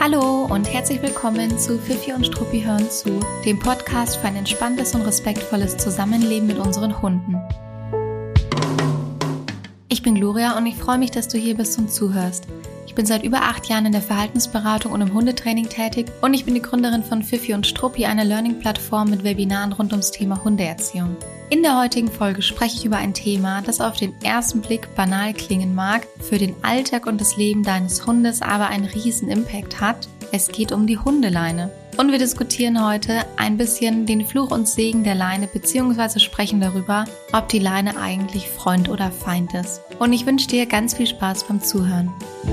Hallo und herzlich willkommen zu Fifi und Struppi hören zu, dem Podcast für ein entspanntes und respektvolles Zusammenleben mit unseren Hunden. Ich bin Gloria und ich freue mich, dass du hier bist und zuhörst. Ich bin seit über 8 Jahren in der Verhaltensberatung und im Hundetraining tätig und ich bin die Gründerin von Fifi und Struppi, einer Learning-Plattform mit Webinaren rund ums Thema Hundeerziehung. In der heutigen Folge spreche ich über ein Thema, das auf den ersten Blick banal klingen mag, für den Alltag und das Leben deines Hundes aber einen riesen Impact hat. Es geht um die Hundeleine. Und wir diskutieren heute ein bisschen den Fluch und Segen der Leine bzw. sprechen darüber, ob die Leine eigentlich Freund oder Feind ist. Und ich wünsche dir ganz viel Spaß beim Zuhören.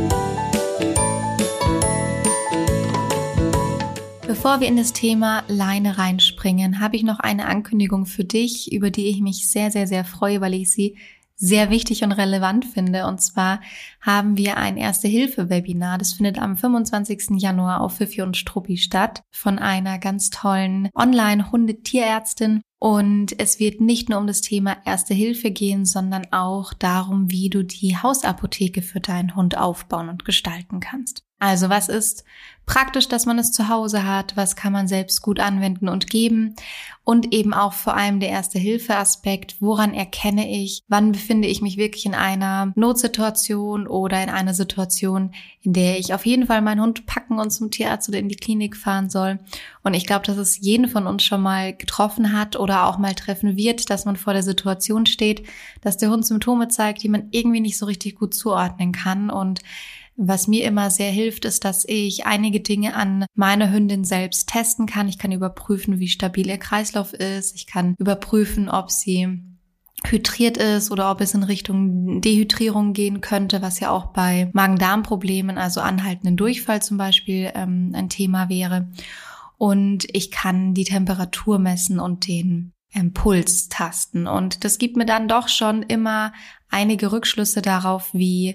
Bevor wir in das Thema Leine reinspringen, habe ich noch eine Ankündigung für dich, über die ich mich sehr, sehr, sehr freue, weil ich sie sehr wichtig und relevant finde. Und zwar haben wir ein Erste-Hilfe-Webinar. Das findet am 25. Januar auf Fifi und Struppi statt von einer ganz tollen Online-Hundetierärztin. Und es wird nicht nur um das Thema Erste Hilfe gehen, sondern auch darum, wie du die Hausapotheke für deinen Hund aufbauen und gestalten kannst. Also was ist praktisch, dass man es zu Hause hat, was kann man selbst gut anwenden und geben und eben auch vor allem der Erste-Hilfe-Aspekt, woran erkenne ich, wann befinde ich mich wirklich in einer Notsituation oder in einer Situation, in der ich auf jeden Fall meinen Hund packen und zum Tierarzt oder in die Klinik fahren soll. Und ich glaube, dass es jeden von uns schon mal getroffen hat oder auch mal treffen wird, dass man vor der Situation steht, dass der Hund Symptome zeigt, die man irgendwie nicht so richtig gut zuordnen kann. Und was mir immer sehr hilft, ist, dass ich einige Dinge an meiner Hündin selbst testen kann. Ich kann überprüfen, wie stabil ihr Kreislauf ist. Ich kann überprüfen, ob sie hydriert ist oder ob es in Richtung Dehydrierung gehen könnte, was ja auch bei Magen-Darm-Problemen, also anhaltenden Durchfall zum Beispiel, ein Thema wäre. Und ich kann die Temperatur messen und den Puls tasten. Und das gibt mir dann doch schon immer einige Rückschlüsse darauf, wie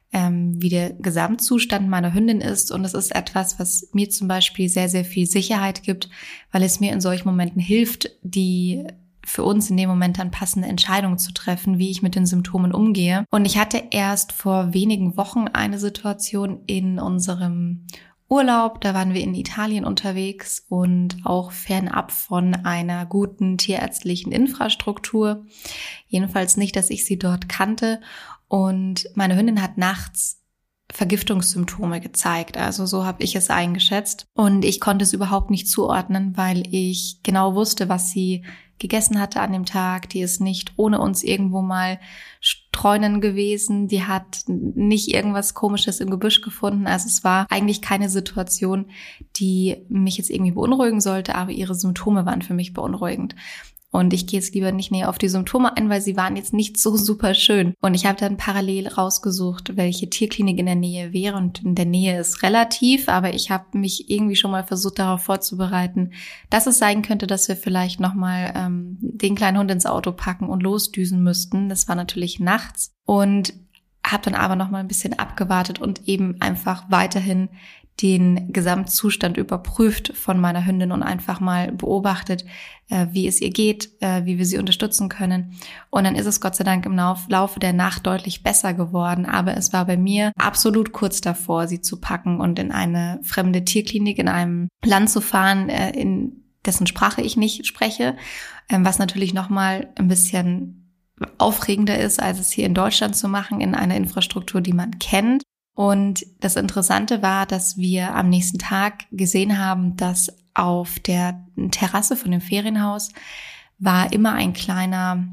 der Gesamtzustand meiner Hündin ist. Und es ist etwas, was mir zum Beispiel sehr, sehr viel Sicherheit gibt, weil es mir in solchen Momenten hilft, die für uns in dem Moment dann passende Entscheidungen zu treffen, wie ich mit den Symptomen umgehe. Und ich hatte erst vor wenigen Wochen eine Situation in unserem Urlaub. Da waren wir in Italien unterwegs und auch fernab von einer guten tierärztlichen Infrastruktur. Jedenfalls nicht, dass ich sie dort kannte. Und meine Hündin hat nachts Vergiftungssymptome gezeigt. Also so habe ich es eingeschätzt. Und ich konnte es überhaupt nicht zuordnen, weil ich genau wusste, was sie gegessen hatte an dem Tag. Die ist nicht ohne uns irgendwo mal streunen gewesen. Die hat nicht irgendwas Komisches im Gebüsch gefunden. Also es war eigentlich keine Situation, die mich jetzt irgendwie beunruhigen sollte, aber ihre Symptome waren für mich beunruhigend. Und ich gehe jetzt lieber nicht näher auf die Symptome ein, weil sie waren jetzt nicht so super schön. Und ich habe dann parallel rausgesucht, welche Tierklinik in der Nähe wäre. Und in der Nähe ist relativ, aber ich habe mich irgendwie schon mal versucht, darauf vorzubereiten, dass es sein könnte, dass wir vielleicht nochmal den kleinen Hund ins Auto packen und losdüsen müssten. Das war natürlich nachts. Und habe dann aber nochmal ein bisschen abgewartet und eben einfach weiterhin den Gesamtzustand überprüft von meiner Hündin und einfach mal beobachtet, wie es ihr geht, wie wir sie unterstützen können. Und dann ist es Gott sei Dank im Laufe der Nacht deutlich besser geworden. Aber es war bei mir absolut kurz davor, sie zu packen und in eine fremde Tierklinik in einem Land zu fahren, in dessen Sprache ich nicht spreche, was natürlich nochmal ein bisschen aufregender ist, als es hier in Deutschland zu machen, in einer Infrastruktur, die man kennt. Und das Interessante war, dass wir am nächsten Tag gesehen haben, dass auf der Terrasse von dem Ferienhaus war immer ein kleiner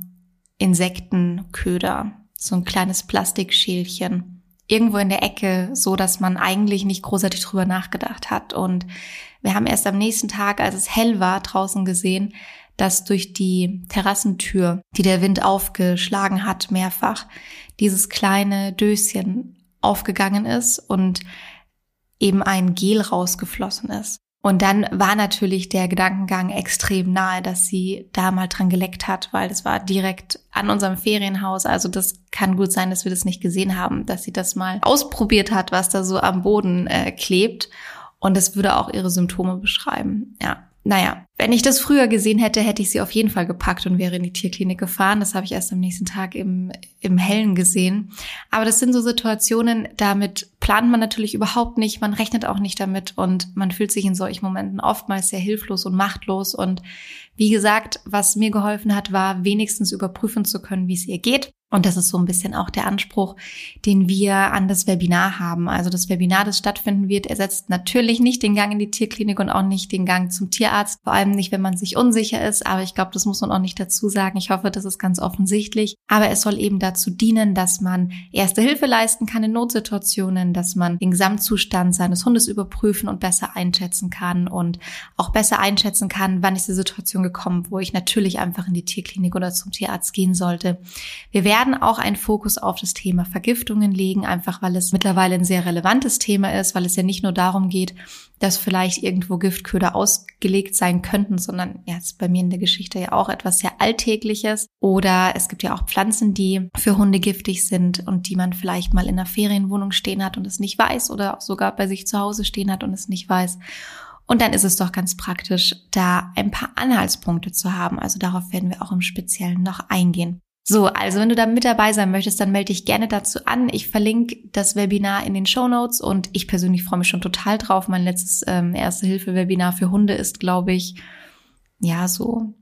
Insektenköder, so ein kleines Plastikschälchen, irgendwo in der Ecke, so dass man eigentlich nicht großartig drüber nachgedacht hat. Und wir haben erst am nächsten Tag, als es hell war, draußen gesehen, dass durch die Terrassentür, die der Wind aufgeschlagen hat, mehrfach dieses kleine Döschen aufgegangen ist und eben ein Gel rausgeflossen ist. Und dann war natürlich der Gedankengang extrem nahe, dass sie da mal dran geleckt hat, weil das war direkt an unserem Ferienhaus. Also das kann gut sein, dass wir das nicht gesehen haben, dass sie das mal ausprobiert hat, was da so am Boden klebt. Und das würde auch ihre Symptome beschreiben. Ja. naja, wenn ich das früher gesehen hätte, hätte ich sie auf jeden Fall gepackt und wäre in die Tierklinik gefahren. Das habe ich erst am nächsten Tag im Hellen gesehen. Aber das sind so Situationen, damit plant man natürlich überhaupt nicht, man rechnet auch nicht damit und man fühlt sich in solchen Momenten oftmals sehr hilflos und machtlos. Und wie gesagt, was mir geholfen hat, war wenigstens überprüfen zu können, wie es ihr geht. Und das ist so ein bisschen auch der Anspruch, den wir an das Webinar haben. Also das Webinar, das stattfinden wird, ersetzt natürlich nicht den Gang in die Tierklinik und auch nicht den Gang zum Tierarzt. Vor allem nicht, wenn man sich unsicher ist. Aber ich glaube, das muss man auch nicht dazu sagen. Ich hoffe, das ist ganz offensichtlich. Aber es soll eben dazu dienen, dass man Erste Hilfe leisten kann in Notsituationen, dass man den Gesamtzustand seines Hundes überprüfen und besser einschätzen kann und auch besser einschätzen kann, wann ist die Situation gekommen, wo ich natürlich einfach in die Tierklinik oder zum Tierarzt gehen sollte. Wir werden auch einen Fokus auf das Thema Vergiftungen legen, einfach weil es mittlerweile ein sehr relevantes Thema ist, weil es ja nicht nur darum geht, dass vielleicht irgendwo Giftköder ausgelegt sein könnten, sondern ja, ist bei mir in der Geschichte ja auch etwas sehr Alltägliches. Oder es gibt ja auch Pflanzen, die für Hunde giftig sind und die man vielleicht mal in einer Ferienwohnung stehen hat und es nicht weiß oder sogar bei sich zu Hause stehen hat und es nicht weiß. Und dann ist es doch ganz praktisch, da ein paar Anhaltspunkte zu haben. Also darauf werden wir auch im Speziellen noch eingehen. So, also wenn du da mit dabei sein möchtest, dann melde dich gerne dazu an. Ich verlinke das Webinar in den Shownotes und ich persönlich freue mich schon total drauf. Mein letztes Erste-Hilfe-Webinar für Hunde ist, glaube ich, ja so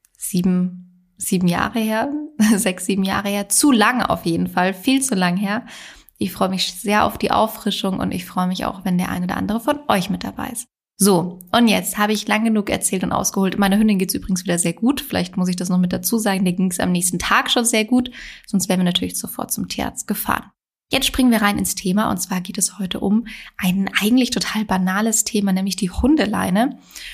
7 Jahre her, 6, 7 Jahre her. Zu lang auf jeden Fall, viel zu lang her. Ich freue mich sehr auf die Auffrischung und ich freue mich auch, wenn der eine oder andere von euch mit dabei ist. So, und jetzt habe ich lang genug erzählt und ausgeholt. Meiner Hündin geht's übrigens wieder sehr gut. Vielleicht muss ich das noch mit dazu sagen. Der ging's am nächsten Tag schon sehr gut. Sonst wären wir natürlich sofort zum Tierarzt gefahren. Jetzt springen wir rein ins Thema. Und zwar geht es heute um ein eigentlich total banales Thema, nämlich die Hundeleine.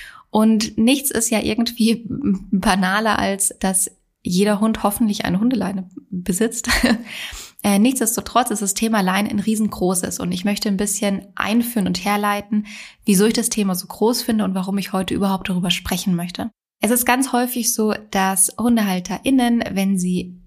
Und nichts ist ja irgendwie banaler, als dass jeder Hund hoffentlich eine Hundeleine besitzt. Nichtsdestotrotz ist das Thema Leine ein riesengroßes und ich möchte ein bisschen einführen und herleiten, wieso ich das Thema so groß finde und warum ich heute überhaupt darüber sprechen möchte. Es ist ganz häufig so, dass HundehalterInnen, wenn sie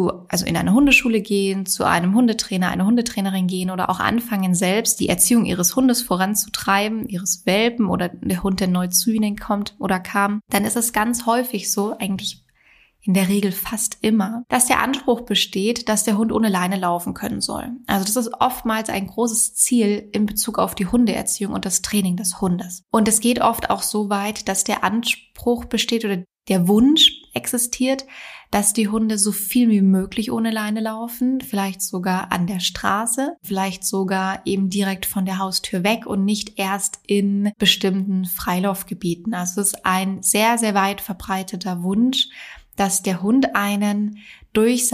in eine Hundeschule gehen, zu einem Hundetrainer, eine Hundetrainerin gehen oder auch anfangen, selbst die Erziehung ihres Hundes voranzutreiben, ihres Welpen oder der Hund, der neu zu ihnen kommt oder kam, dann ist es ganz häufig so, eigentlich in der Regel fast immer, dass der Anspruch besteht, dass der Hund ohne Leine laufen können soll. Also das ist oftmals ein großes Ziel in Bezug auf die Hundeerziehung und das Training des Hundes. Und es geht oft auch so weit, dass der Anspruch besteht oder der Wunsch existiert, dass die Hunde so viel wie möglich ohne Leine laufen, vielleicht sogar an der Straße, vielleicht sogar eben direkt von der Haustür weg und nicht erst in bestimmten Freilaufgebieten. Also es ist ein sehr, sehr weit verbreiteter Wunsch, dass der Hund einen durch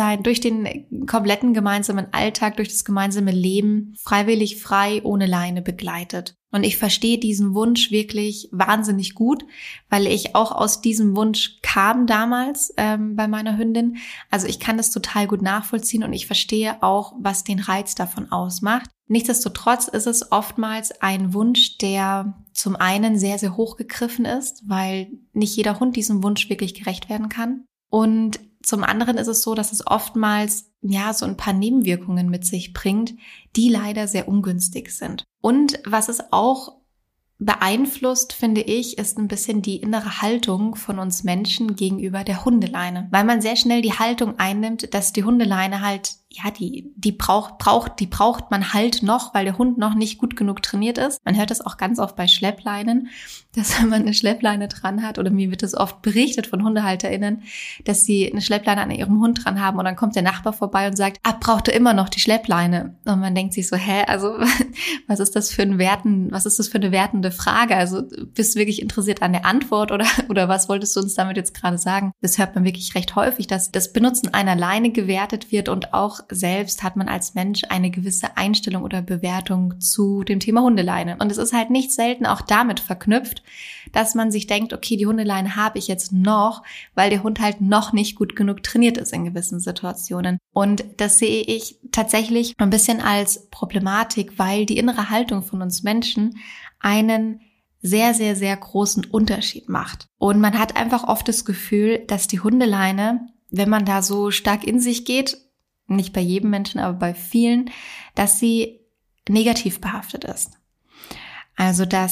den kompletten gemeinsamen Alltag, durch das gemeinsame Leben freiwillig frei ohne Leine begleitet. Und ich verstehe diesen Wunsch wirklich wahnsinnig gut, weil ich auch aus diesem Wunsch kam damals bei meiner Hündin. Also ich kann das total gut nachvollziehen und ich verstehe auch, was den Reiz davon ausmacht. Nichtsdestotrotz ist es oftmals ein Wunsch, der zum einen sehr, sehr hochgegriffen ist, weil nicht jeder Hund diesem Wunsch wirklich gerecht werden kann. Und zum anderen ist es so, dass es oftmals so ein paar Nebenwirkungen mit sich bringt, die leider sehr ungünstig sind. Und was es auch beeinflusst, finde ich, ist ein bisschen die innere Haltung von uns Menschen gegenüber der Hundeleine. Weil man sehr schnell die Haltung einnimmt, dass die Hundeleine halt, die braucht man halt noch, weil der Hund noch nicht gut genug trainiert ist. Man hört das auch ganz oft bei Schleppleinen, dass wenn man eine Schleppleine dran hat, oder mir wird das oft berichtet von HundehalterInnen, dass sie eine Schleppleine an ihrem Hund dran haben und dann kommt der Nachbar vorbei und sagt, braucht er immer noch die Schleppleine? Und man denkt sich so, also was ist das für eine wertende Frage? Also bist du wirklich interessiert an der Antwort oder was wolltest du uns damit jetzt gerade sagen? Das hört man wirklich recht häufig, dass das Benutzen einer Leine gewertet wird und auch selbst hat man als Mensch eine gewisse Einstellung oder Bewertung zu dem Thema Hundeleine. Und es ist halt nicht selten auch damit verknüpft, dass man sich denkt, okay, die Hundeleine habe ich jetzt noch, weil der Hund halt noch nicht gut genug trainiert ist in gewissen Situationen. Und das sehe ich tatsächlich ein bisschen als Problematik, weil die innere Haltung von uns Menschen einen sehr, sehr, sehr großen Unterschied macht. Und man hat einfach oft das Gefühl, dass die Hundeleine, wenn man da so stark in sich geht, nicht bei jedem Menschen, aber bei vielen, dass sie negativ behaftet ist. Also, dass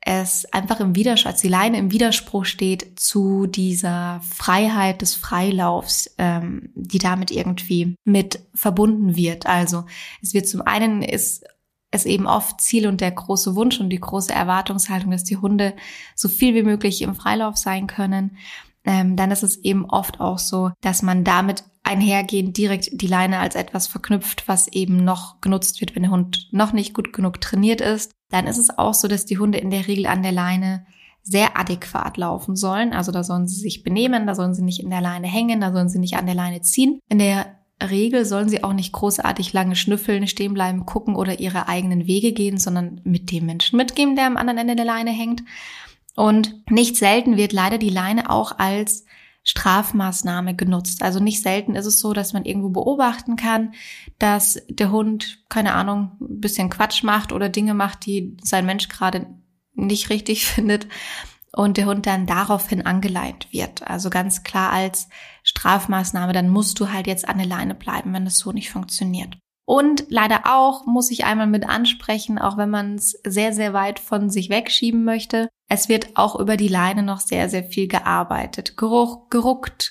es einfach im Widerspruch, als die Leine im Widerspruch steht zu dieser Freiheit des Freilaufs, die damit irgendwie mit verbunden wird. Also es wird zum einen ist es eben oft Ziel und der große Wunsch und die große Erwartungshaltung, dass die Hunde so viel wie möglich im Freilauf sein können. Dann ist es eben oft auch so, dass man damit einhergehend direkt die Leine als etwas verknüpft, was eben noch genutzt wird, wenn der Hund noch nicht gut genug trainiert ist. Dann ist es auch so, dass die Hunde in der Regel an der Leine sehr adäquat laufen sollen. Also da sollen sie sich benehmen, da sollen sie nicht in der Leine hängen, da sollen sie nicht an der Leine ziehen. In der Regel sollen sie auch nicht großartig lange schnüffeln, stehen bleiben, gucken oder ihre eigenen Wege gehen, sondern mit dem Menschen mitgehen, der am anderen Ende der Leine hängt. Und nicht selten wird leider die Leine auch als Strafmaßnahme genutzt. Also nicht selten ist es so, dass man irgendwo beobachten kann, dass der Hund, keine Ahnung, ein bisschen Quatsch macht oder Dinge macht, die sein Mensch gerade nicht richtig findet und der Hund dann daraufhin angeleint wird. Also ganz klar als Strafmaßnahme, dann musst du halt jetzt an der Leine bleiben, wenn das so nicht funktioniert. Und leider auch, muss ich einmal mit ansprechen, auch wenn man es sehr, sehr weit von sich wegschieben möchte, es wird auch über die Leine noch sehr, sehr viel gearbeitet. Geruckt,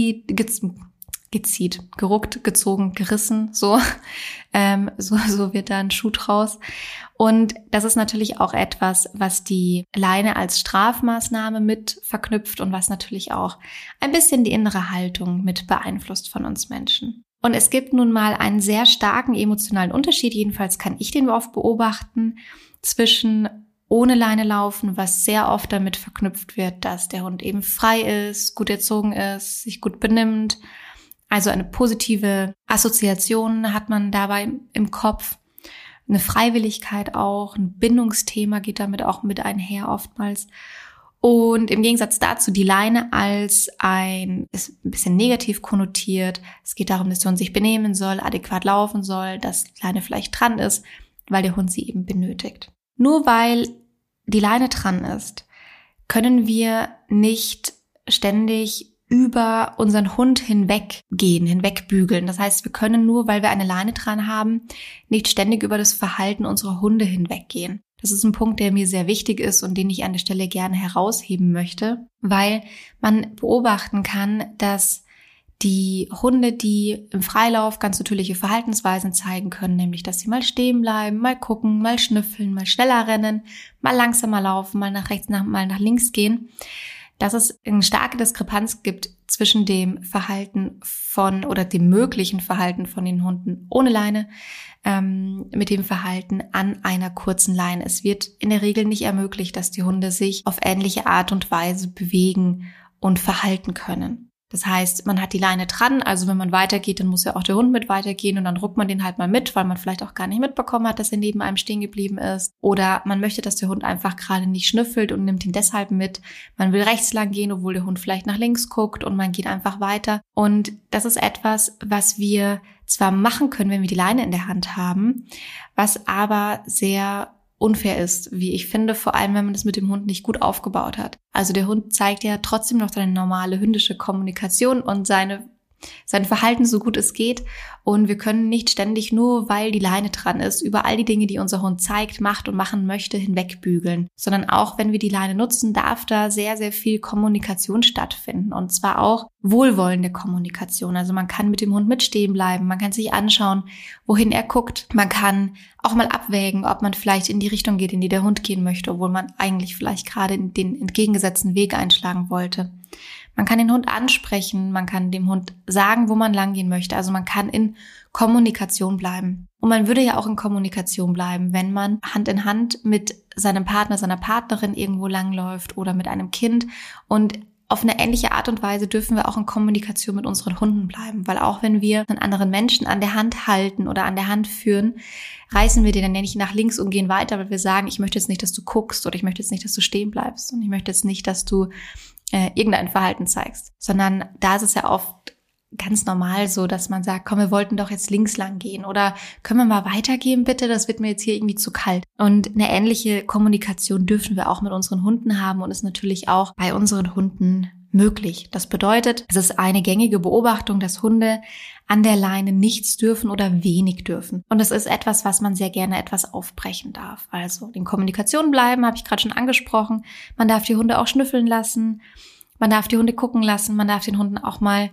geruckt, gezogen, gerissen, so wird da ein Schuh draus. Und das ist natürlich auch etwas, was die Leine als Strafmaßnahme mit verknüpft und was natürlich auch ein bisschen die innere Haltung mit beeinflusst von uns Menschen. Und es gibt nun mal einen sehr starken emotionalen Unterschied, jedenfalls kann ich den oft beobachten, zwischen ohne Leine laufen, was sehr oft damit verknüpft wird, dass der Hund eben frei ist, gut erzogen ist, sich gut benimmt. Also eine positive Assoziation hat man dabei im Kopf. Eine Freiwilligkeit auch, ein Bindungsthema geht damit auch mit einher oftmals. Und im Gegensatz dazu die Leine ist ein bisschen negativ konnotiert. Es geht darum, dass der Hund sich benehmen soll, adäquat laufen soll, dass die Leine vielleicht dran ist, weil der Hund sie eben benötigt. Nur weil die Leine dran ist, können wir nicht ständig über unseren Hund hinwegbügeln. Das heißt, wir können nur, weil wir eine Leine dran haben, nicht ständig über das Verhalten unserer Hunde hinweggehen. Das ist ein Punkt, der mir sehr wichtig ist und den ich an der Stelle gerne herausheben möchte, weil man beobachten kann, dass die Hunde, die im Freilauf ganz natürliche Verhaltensweisen zeigen können, nämlich dass sie mal stehen bleiben, mal gucken, mal schnüffeln, mal schneller rennen, mal langsamer laufen, mal nach rechts, mal nach links gehen, dass es eine starke Diskrepanz gibt zwischen dem Verhalten oder dem möglichen Verhalten von den Hunden ohne Leine mit dem Verhalten an einer kurzen Leine. Es wird in der Regel nicht ermöglicht, dass die Hunde sich auf ähnliche Art und Weise bewegen und verhalten können. Das heißt, man hat die Leine dran, also wenn man weitergeht, dann muss ja auch der Hund mit weitergehen und dann ruckt man den halt mal mit, weil man vielleicht auch gar nicht mitbekommen hat, dass er neben einem stehen geblieben ist. Oder man möchte, dass der Hund einfach gerade nicht schnüffelt und nimmt ihn deshalb mit. Man will rechts lang gehen, obwohl der Hund vielleicht nach links guckt und man geht einfach weiter. Und das ist etwas, was wir zwar machen können, wenn wir die Leine in der Hand haben, was aber sehr unfair ist, wie ich finde, vor allem, wenn man das mit dem Hund nicht gut aufgebaut hat. Also der Hund zeigt ja trotzdem noch seine normale hündische Kommunikation und sein Verhalten so gut es geht. Und wir können nicht ständig, nur weil die Leine dran ist, über all die Dinge, die unser Hund zeigt, macht und machen möchte, hinwegbügeln. Sondern auch, wenn wir die Leine nutzen, darf da sehr, sehr viel Kommunikation stattfinden. Und zwar auch wohlwollende Kommunikation. Also man kann mit dem Hund mitstehen bleiben, man kann sich anschauen, wohin er guckt. Man kann auch mal abwägen, ob man vielleicht in die Richtung geht, in die der Hund gehen möchte, obwohl man eigentlich vielleicht gerade den entgegengesetzten Weg einschlagen wollte. Man kann den Hund ansprechen, man kann dem Hund sagen, wo man lang gehen möchte. Also man kann in Kommunikation bleiben. Und man würde ja auch in Kommunikation bleiben, wenn man Hand in Hand mit seinem Partner, seiner Partnerin irgendwo langläuft oder mit einem Kind. Und auf eine ähnliche Art und Weise dürfen wir auch in Kommunikation mit unseren Hunden bleiben. Weil auch wenn wir einen anderen Menschen an der Hand halten oder an der Hand führen, reißen wir den dann nicht nach links und gehen weiter, weil wir sagen, ich möchte jetzt nicht, dass du guckst oder ich möchte jetzt nicht, dass du stehen bleibst und ich möchte jetzt nicht, dass du irgendein Verhalten zeigst. Sondern da ist es ja oft ganz normal so, dass man sagt, komm, wir wollten doch jetzt links lang gehen oder können wir mal weitergehen bitte, das wird mir jetzt hier irgendwie zu kalt. Und eine ähnliche Kommunikation dürfen wir auch mit unseren Hunden haben und ist natürlich auch bei unseren Hunden möglich. Das bedeutet, es ist eine gängige Beobachtung, dass Hunde an der Leine nichts dürfen oder wenig dürfen. Und es ist etwas, was man sehr gerne etwas aufbrechen darf. Also in Kommunikation bleiben, habe ich gerade schon angesprochen. Man darf die Hunde auch schnüffeln lassen. Man darf die Hunde gucken lassen. Man darf den Hunden auch mal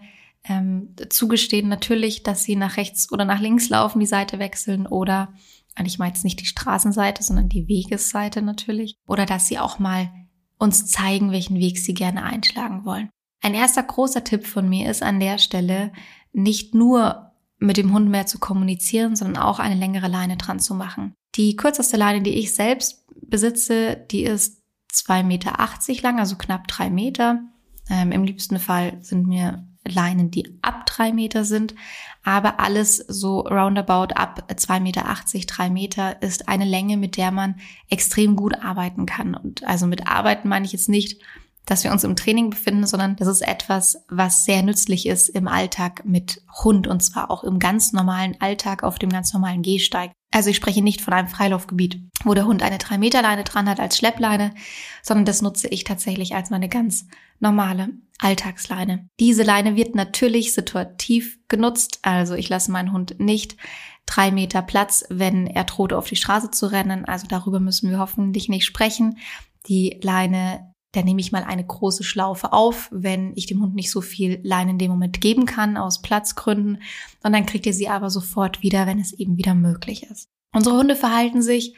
zugestehen natürlich, dass sie nach rechts oder nach links laufen, die Seite wechseln oder, ich meine jetzt nicht die Straßenseite, sondern die Wegesseite natürlich. Oder dass sie auch mal uns zeigen, welchen Weg sie gerne einschlagen wollen. Ein erster großer Tipp von mir ist an der Stelle, nicht nur mit dem Hund mehr zu kommunizieren, sondern auch eine längere Leine dran zu machen. Die kürzeste Leine, die ich selbst besitze, die ist 2,80 Meter lang, also knapp 3 Meter. Im liebsten Fall sind mir Leinen, die ab 3 Meter sind, aber alles so roundabout ab 2,80 Meter, 3 Meter ist eine Länge, mit der man extrem gut arbeiten kann. Und also mit Arbeiten meine ich jetzt nicht, dass wir uns im Training befinden, sondern das ist etwas, was sehr nützlich ist im Alltag mit Hund und zwar auch im ganz normalen Alltag auf dem ganz normalen Gehsteig. Also ich spreche nicht von einem Freilaufgebiet, wo der Hund eine 3 Meter Leine dran hat als Schleppleine, sondern das nutze ich tatsächlich als meine ganz normale Alltagsleine. Diese Leine wird natürlich situativ genutzt, also ich lasse meinen Hund nicht 3 Meter Platz, wenn er droht, auf die Straße zu rennen. Also darüber müssen wir hoffentlich nicht sprechen. Die Leine, da nehme ich mal eine große Schlaufe auf, wenn ich dem Hund nicht so viel Leine in dem Moment geben kann, aus Platzgründen. Und dann kriegt ihr sie aber sofort wieder, wenn es eben wieder möglich ist. Unsere Hunde verhalten sich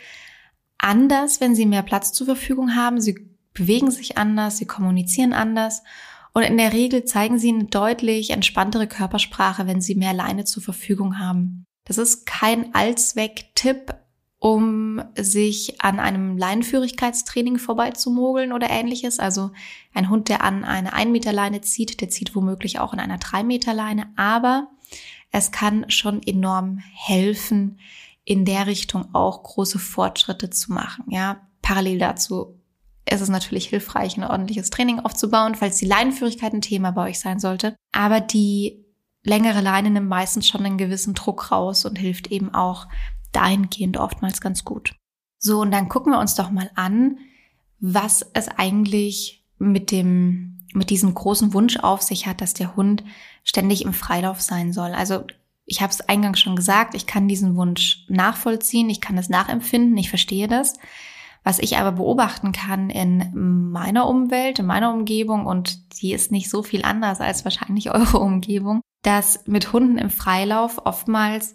anders, wenn sie mehr Platz zur Verfügung haben. Sie bewegen sich anders, sie kommunizieren anders. Und in der Regel zeigen sie eine deutlich entspanntere Körpersprache, wenn sie mehr Leine zur Verfügung haben. Das ist kein Allzweck-Tipp, um sich an einem Leinenführigkeitstraining vorbeizumogeln oder ähnliches. Also ein Hund, der an eine 1 Meter Leine zieht, der zieht womöglich auch in einer 3 Meter Leine. Aber es kann schon enorm helfen, in der Richtung auch große Fortschritte zu machen. Ja, parallel dazu ist es natürlich hilfreich, ein ordentliches Training aufzubauen, falls die Leinenführigkeit ein Thema bei euch sein sollte. Aber die längere Leine nimmt meistens schon einen gewissen Druck raus und hilft eben auch dahingehend oftmals ganz gut. So, und dann gucken wir uns doch mal an, was es eigentlich mit diesem großen Wunsch auf sich hat, dass der Hund ständig im Freilauf sein soll. Also ich habe es eingangs schon gesagt, ich kann diesen Wunsch nachvollziehen, ich kann das nachempfinden, ich verstehe das. Was ich aber beobachten kann in meiner Umwelt, in meiner Umgebung, und die ist nicht so viel anders als wahrscheinlich eure Umgebung, dass mit Hunden im Freilauf oftmals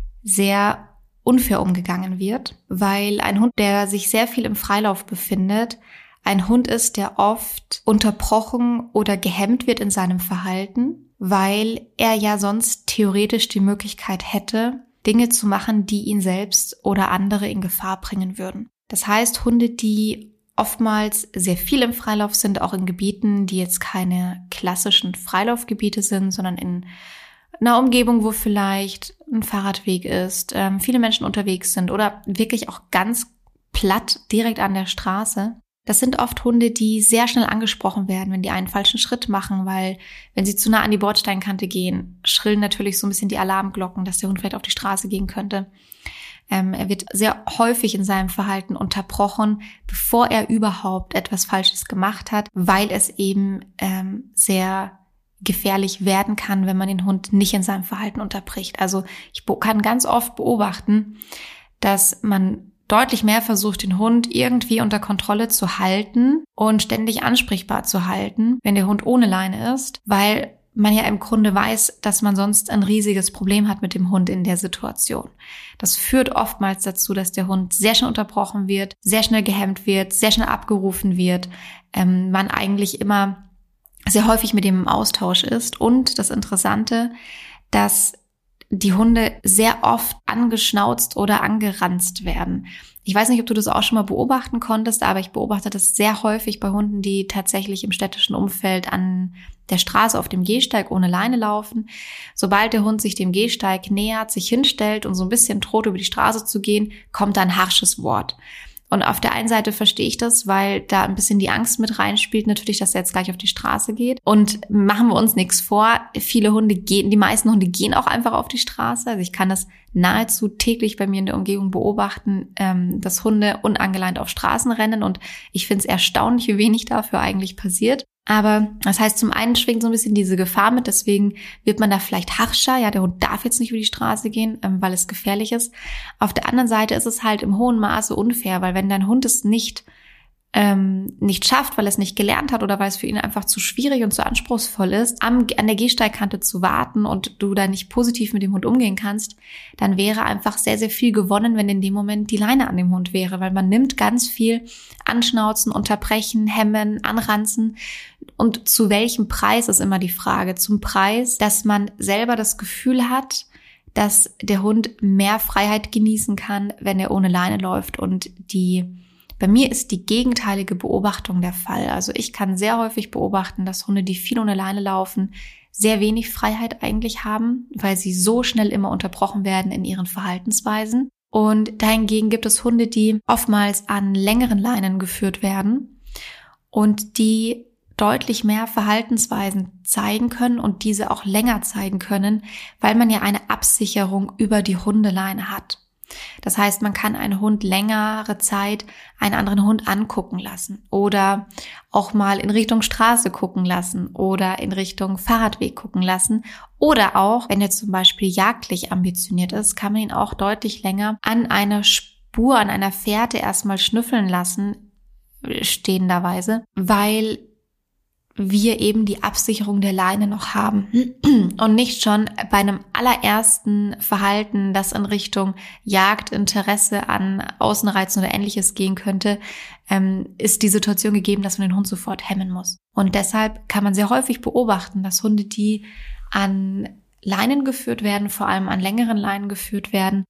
sehr unfair umgegangen wird, weil ein Hund, der sich sehr viel im Freilauf befindet, ein Hund ist, der oft unterbrochen oder gehemmt wird in seinem Verhalten, weil er ja sonst theoretisch die Möglichkeit hätte, Dinge zu machen, die ihn selbst oder andere in Gefahr bringen würden. Das heißt, Hunde, die oftmals sehr viel im Freilauf sind, auch in Gebieten, die jetzt keine klassischen Freilaufgebiete sind, sondern in einer Umgebung, wo vielleicht ein Fahrradweg ist, viele Menschen unterwegs sind oder wirklich auch ganz platt direkt an der Straße. Das sind oft Hunde, die sehr schnell angesprochen werden, wenn die einen falschen Schritt machen, weil wenn sie zu nah an die Bordsteinkante gehen, schrillen natürlich so ein bisschen die Alarmglocken, dass der Hund vielleicht auf die Straße gehen könnte. Er wird sehr häufig in seinem Verhalten unterbrochen, bevor er überhaupt etwas Falsches gemacht hat, weil es eben sehr gefährlich werden kann, wenn man den Hund nicht in seinem Verhalten unterbricht. Also ich kann ganz oft beobachten, dass man deutlich mehr versucht, den Hund irgendwie unter Kontrolle zu halten und ständig ansprechbar zu halten, wenn der Hund ohne Leine ist, weil man ja im Grunde weiß, dass man sonst ein riesiges Problem hat mit dem Hund in der Situation. Das führt oftmals dazu, dass der Hund sehr schnell unterbrochen wird, sehr schnell gehemmt wird, sehr schnell abgerufen wird, man eigentlich immer sehr häufig mit dem im Austausch ist. Und das Interessante, dass die Hunde sehr oft angeschnauzt oder angeranzt werden. Ich weiß nicht, ob du das auch schon mal beobachten konntest, aber ich beobachte das sehr häufig bei Hunden, die tatsächlich im städtischen Umfeld an der Straße auf dem Gehsteig ohne Leine laufen. Sobald der Hund sich dem Gehsteig nähert, sich hinstellt und so ein bisschen droht, über die Straße zu gehen, kommt da ein harsches Wort. Und auf der einen Seite verstehe ich das, weil da ein bisschen die Angst mit reinspielt, natürlich, dass er jetzt gleich auf die Straße geht. Und machen wir uns nichts vor, die meisten Hunde gehen auch einfach auf die Straße. Also ich kann das nahezu täglich bei mir in der Umgebung beobachten, dass Hunde unangeleint auf Straßen rennen. Und ich finde es erstaunlich, wie wenig dafür eigentlich passiert. Aber das heißt, zum einen schwingt so ein bisschen diese Gefahr mit, deswegen wird man da vielleicht harscher. Ja, der Hund darf jetzt nicht über die Straße gehen, weil es gefährlich ist. Auf der anderen Seite ist es halt im hohen Maße unfair, weil wenn dein Hund es nicht schafft, weil er es nicht gelernt hat oder weil es für ihn einfach zu schwierig und zu anspruchsvoll ist, an der Gehsteigkante zu warten und du da nicht positiv mit dem Hund umgehen kannst, dann wäre einfach sehr, sehr viel gewonnen, wenn in dem Moment die Leine an dem Hund wäre, weil man nimmt ganz viel Anschnauzen, Unterbrechen, Hemmen, Anranzen. Und zu welchem Preis ist immer die Frage. Zum Preis, dass man selber das Gefühl hat, dass der Hund mehr Freiheit genießen kann, wenn er ohne Leine läuft. Und bei mir ist die gegenteilige Beobachtung der Fall. Also ich kann sehr häufig beobachten, dass Hunde, die viel ohne Leine laufen, sehr wenig Freiheit eigentlich haben, weil sie so schnell immer unterbrochen werden in ihren Verhaltensweisen. Und dahingegen gibt es Hunde, die oftmals an längeren Leinen geführt werden und die deutlich mehr Verhaltensweisen zeigen können und diese auch länger zeigen können, weil man ja eine Absicherung über die Hundeleine hat. Das heißt, man kann einen Hund längere Zeit einen anderen Hund angucken lassen oder auch mal in Richtung Straße gucken lassen oder in Richtung Fahrradweg gucken lassen. Oder auch, wenn er zum Beispiel jagdlich ambitioniert ist, kann man ihn auch deutlich länger an einer Spur, an einer Fährte erstmal schnüffeln lassen, stehenderweise, weil wir eben die Absicherung der Leine noch haben und nicht schon bei einem allerersten Verhalten, das in Richtung Jagd, Interesse an Außenreizen oder Ähnliches gehen könnte, ist die Situation gegeben, dass man den Hund sofort hemmen muss. Und deshalb kann man sehr häufig beobachten, dass Hunde, die an Leinen geführt werden, vor allem an längeren Leinen geführt werden,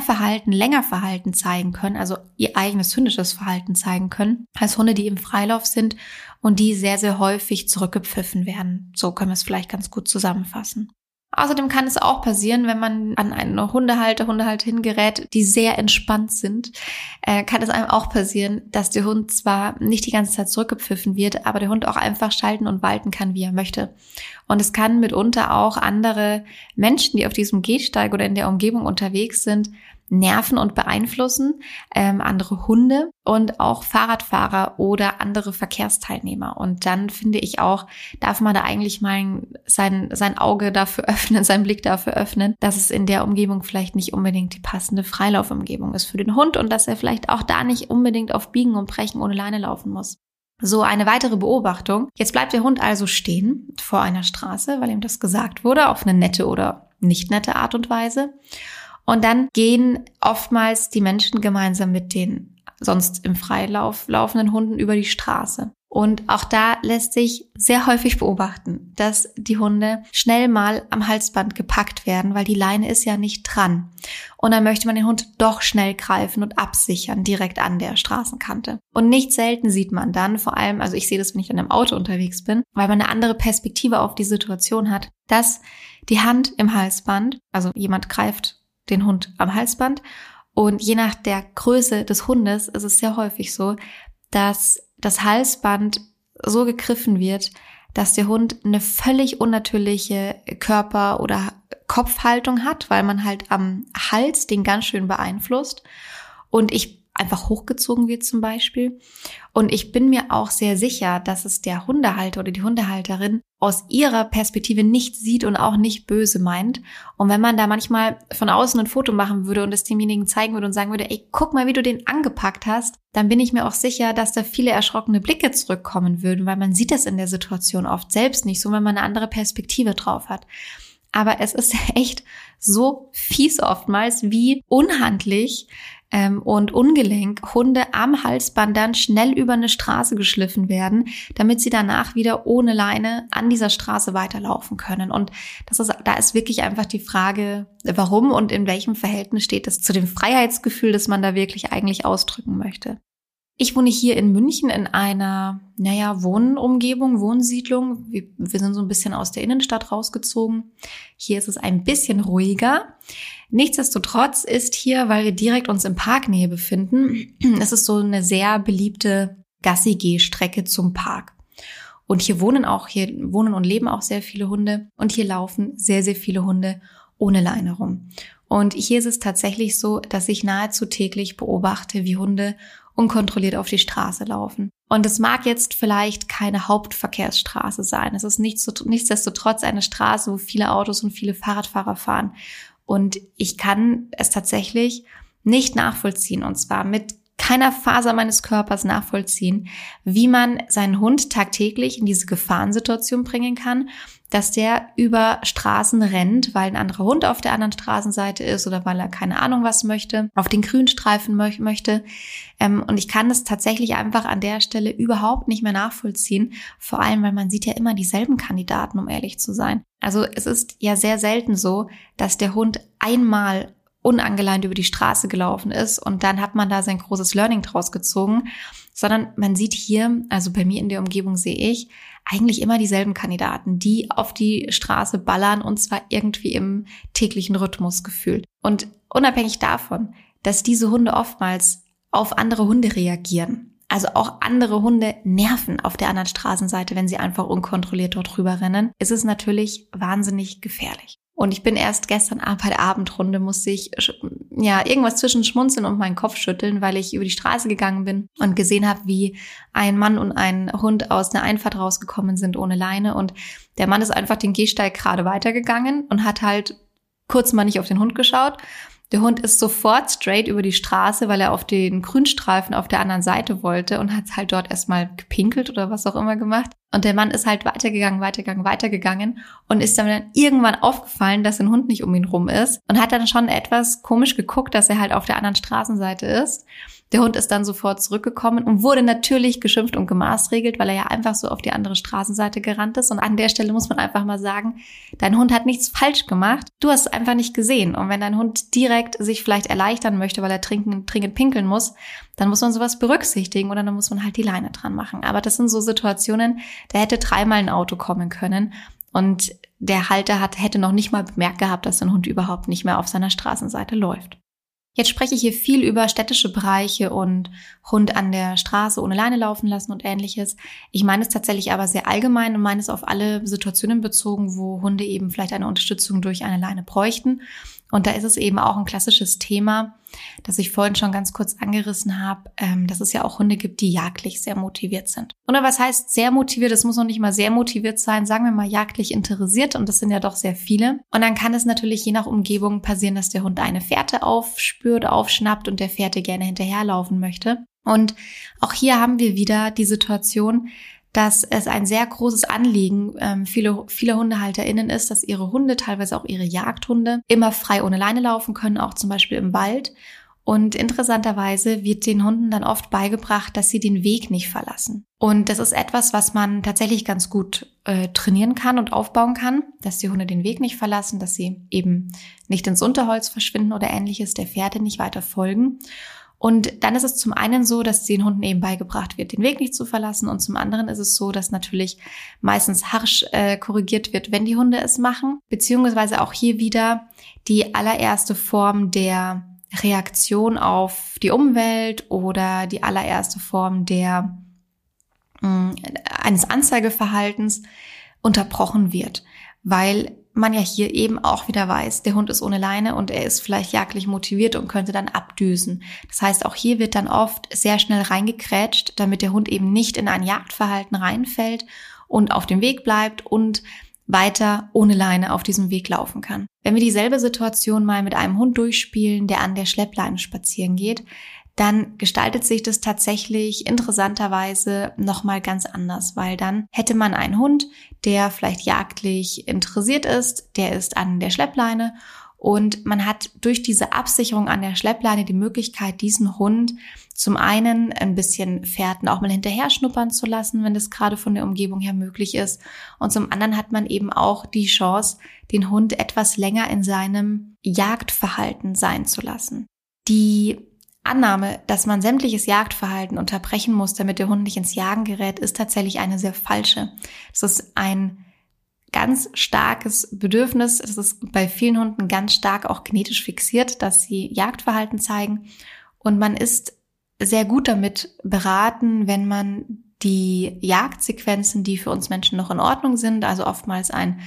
länger Verhalten zeigen können, also ihr eigenes hündisches Verhalten zeigen können, als Hunde, die im Freilauf sind und die sehr, sehr häufig zurückgepfiffen werden. So können wir es vielleicht ganz gut zusammenfassen. Außerdem kann es auch passieren, wenn man an eine Hundehalterin gerät, die sehr entspannt sind, kann es einem auch passieren, dass der Hund zwar nicht die ganze Zeit zurückgepfiffen wird, aber der Hund auch einfach schalten und walten kann, wie er möchte. Und es kann mitunter auch andere Menschen, die auf diesem Gehsteig oder in der Umgebung unterwegs sind, nerven und beeinflussen, andere Hunde und auch Fahrradfahrer oder andere Verkehrsteilnehmer. Und dann finde ich auch, darf man da eigentlich mal sein Auge dafür öffnen, seinen Blick dafür öffnen, dass es in der Umgebung vielleicht nicht unbedingt die passende Freilaufumgebung ist für den Hund und dass er vielleicht auch da nicht unbedingt auf Biegen und Brechen ohne Leine laufen muss. So, eine weitere Beobachtung. Jetzt bleibt der Hund also stehen vor einer Straße, weil ihm das gesagt wurde, auf eine nette oder nicht nette Art und Weise. Und dann gehen oftmals die Menschen gemeinsam mit den sonst im Freilauf laufenden Hunden über die Straße. Und auch da lässt sich sehr häufig beobachten, dass die Hunde schnell mal am Halsband gepackt werden, weil die Leine ist ja nicht dran. Und dann möchte man den Hund doch schnell greifen und absichern, direkt an der Straßenkante. Und nicht selten sieht man dann, vor allem, also ich sehe das, wenn ich dann im Auto unterwegs bin, weil man eine andere Perspektive auf die Situation hat, dass die Hand im Halsband, also jemand greift den Hund am Halsband und je nach der Größe des Hundes ist es sehr häufig so, dass das Halsband so gegriffen wird, dass der Hund eine völlig unnatürliche Körper- oder Kopfhaltung hat, weil man halt am Hals den ganz schön beeinflusst und einfach hochgezogen wird zum Beispiel. Und ich bin mir auch sehr sicher, dass es der Hundehalter oder die Hundehalterin aus ihrer Perspektive nicht sieht und auch nicht böse meint. Und wenn man da manchmal von außen ein Foto machen würde und es demjenigen zeigen würde und sagen würde, ey, guck mal, wie du den angepackt hast, dann bin ich mir auch sicher, dass da viele erschrockene Blicke zurückkommen würden, weil man sieht das in der Situation oft selbst nicht so, wenn man eine andere Perspektive drauf hat. Aber es ist echt so fies oftmals, wie unhandlich und ungelenk Hunde am Halsband dann schnell über eine Straße geschliffen werden, damit sie danach wieder ohne Leine an dieser Straße weiterlaufen können. Und da ist wirklich einfach die Frage, warum und in welchem Verhältnis steht das zu dem Freiheitsgefühl, das man da wirklich eigentlich ausdrücken möchte. Ich wohne hier in München in einer, Wohnsiedlung. Wir sind so ein bisschen aus der Innenstadt rausgezogen. Hier ist es ein bisschen ruhiger. Nichtsdestotrotz ist hier, weil wir direkt uns in Parknähe befinden, es ist so eine sehr beliebte Gassi-Geh-Strecke zum Park. Und hier wohnen und leben auch sehr viele Hunde. Und hier laufen sehr, sehr viele Hunde ohne Leine rum. Und hier ist es tatsächlich so, dass ich nahezu täglich beobachte, wie Hunde unkontrolliert auf die Straße laufen. Und es mag jetzt vielleicht keine Hauptverkehrsstraße sein. Es ist nichtsdestotrotz eine Straße, wo viele Autos und viele Fahrradfahrer fahren. Und ich kann es tatsächlich nicht nachvollziehen, und zwar mit keiner Faser meines Körpers nachvollziehen, wie man seinen Hund tagtäglich in diese Gefahrensituation bringen kann, dass der über Straßen rennt, weil ein anderer Hund auf der anderen Straßenseite ist oder weil er keine Ahnung was möchte, auf den Grünstreifen möchte. Und ich kann es tatsächlich einfach an der Stelle überhaupt nicht mehr nachvollziehen, vor allem, weil man sieht ja immer dieselben Kandidaten, um ehrlich zu sein. Also es ist ja sehr selten so, dass der Hund einmal unangeleint über die Straße gelaufen ist und dann hat man da sein großes Learning draus gezogen, sondern man sieht hier, also bei mir in der Umgebung sehe ich eigentlich immer dieselben Kandidaten, die auf die Straße ballern und zwar irgendwie im täglichen Rhythmus gefühlt. Und unabhängig davon, dass diese Hunde oftmals auf andere Hunde reagieren, also auch andere Hunde nerven auf der anderen Straßenseite, wenn sie einfach unkontrolliert dort rüber rennen, ist es natürlich wahnsinnig gefährlich. Und ich bin erst gestern bei der Abendrunde, musste ich irgendwas zwischen Schmunzeln und meinen Kopf schütteln, weil ich über die Straße gegangen bin und gesehen habe, wie ein Mann und ein Hund aus einer Einfahrt rausgekommen sind ohne Leine. Und der Mann ist einfach den Gehsteig gerade weitergegangen und hat halt kurz mal nicht auf den Hund geschaut. Der Hund ist sofort straight über die Straße, weil er auf den Grünstreifen auf der anderen Seite wollte und hat halt dort erstmal gepinkelt oder was auch immer gemacht. Und der Mann ist halt weitergegangen und ist dann irgendwann aufgefallen, dass ein Hund nicht um ihn rum ist und hat dann schon etwas komisch geguckt, dass er halt auf der anderen Straßenseite ist. Der Hund ist dann sofort zurückgekommen und wurde natürlich geschimpft und gemaßregelt, weil er ja einfach so auf die andere Straßenseite gerannt ist. Und an der Stelle muss man einfach mal sagen, dein Hund hat nichts falsch gemacht. Du hast es einfach nicht gesehen. Und wenn dein Hund direkt sich vielleicht erleichtern möchte, weil er dringend pinkeln muss, dann muss man sowas berücksichtigen oder dann muss man halt die Leine dran machen. Aber das sind so Situationen, da hätte 3-mal ein Auto kommen können und der Halter hätte noch nicht mal bemerkt gehabt, dass ein Hund überhaupt nicht mehr auf seiner Straßenseite läuft. Jetzt spreche ich hier viel über städtische Bereiche und Hund an der Straße ohne Leine laufen lassen und Ähnliches. Ich meine es tatsächlich aber sehr allgemein und meine es auf alle Situationen bezogen, wo Hunde eben vielleicht eine Unterstützung durch eine Leine bräuchten. Und da ist es eben auch ein klassisches Thema, das ich vorhin schon ganz kurz angerissen habe, dass es ja auch Hunde gibt, die jagdlich sehr motiviert sind. Oder was heißt sehr motiviert? Es muss noch nicht mal sehr motiviert sein, sagen wir mal jagdlich interessiert und das sind ja doch sehr viele. Und dann kann es natürlich je nach Umgebung passieren, dass der Hund eine Fährte aufschnappt und der Fährte gerne hinterherlaufen möchte. Und auch hier haben wir wieder die Situation, dass es ein sehr großes Anliegen viele HundehalterInnen ist, dass ihre Hunde, teilweise auch ihre Jagdhunde, immer frei ohne Leine laufen können, auch zum Beispiel im Wald. Und interessanterweise wird den Hunden dann oft beigebracht, dass sie den Weg nicht verlassen. Und das ist etwas, was man tatsächlich ganz gut trainieren kann und aufbauen kann, dass die Hunde den Weg nicht verlassen, dass sie eben nicht ins Unterholz verschwinden oder Ähnliches, der Fährte nicht weiter folgen. Und dann ist es zum einen so, dass den Hunden eben beigebracht wird, den Weg nicht zu verlassen. Und zum anderen ist es so, dass natürlich meistens harsch korrigiert wird, wenn die Hunde es machen. Beziehungsweise auch hier wieder die allererste Form der Reaktion auf die Umwelt oder die allererste Form eines Anzeigeverhaltens unterbrochen wird. Weil man ja hier eben auch wieder weiß, der Hund ist ohne Leine und er ist vielleicht jagdlich motiviert und könnte dann abdüsen. Das heißt, auch hier wird dann oft sehr schnell reingekrätscht, damit der Hund eben nicht in ein Jagdverhalten reinfällt und auf dem Weg bleibt und weiter ohne Leine auf diesem Weg laufen kann. Wenn wir dieselbe Situation mal mit einem Hund durchspielen, der an der Schleppleine spazieren geht, dann gestaltet sich das tatsächlich interessanterweise nochmal ganz anders, weil dann hätte man einen Hund, der vielleicht jagdlich interessiert ist, der ist an der Schleppleine und man hat durch diese Absicherung an der Schleppleine die Möglichkeit, diesen Hund zum einen ein bisschen Fährten auch mal hinterher schnuppern zu lassen, wenn das gerade von der Umgebung her möglich ist. Und zum anderen hat man eben auch die Chance, den Hund etwas länger in seinem Jagdverhalten sein zu lassen. Die Annahme, dass man sämtliches Jagdverhalten unterbrechen muss, damit der Hund nicht ins Jagen gerät, ist tatsächlich eine sehr falsche. Das ist ein ganz starkes Bedürfnis. Das ist bei vielen Hunden ganz stark auch genetisch fixiert, dass sie Jagdverhalten zeigen. Und man ist sehr gut damit beraten, wenn man die Jagdsequenzen, die für uns Menschen noch in Ordnung sind, also oftmals ein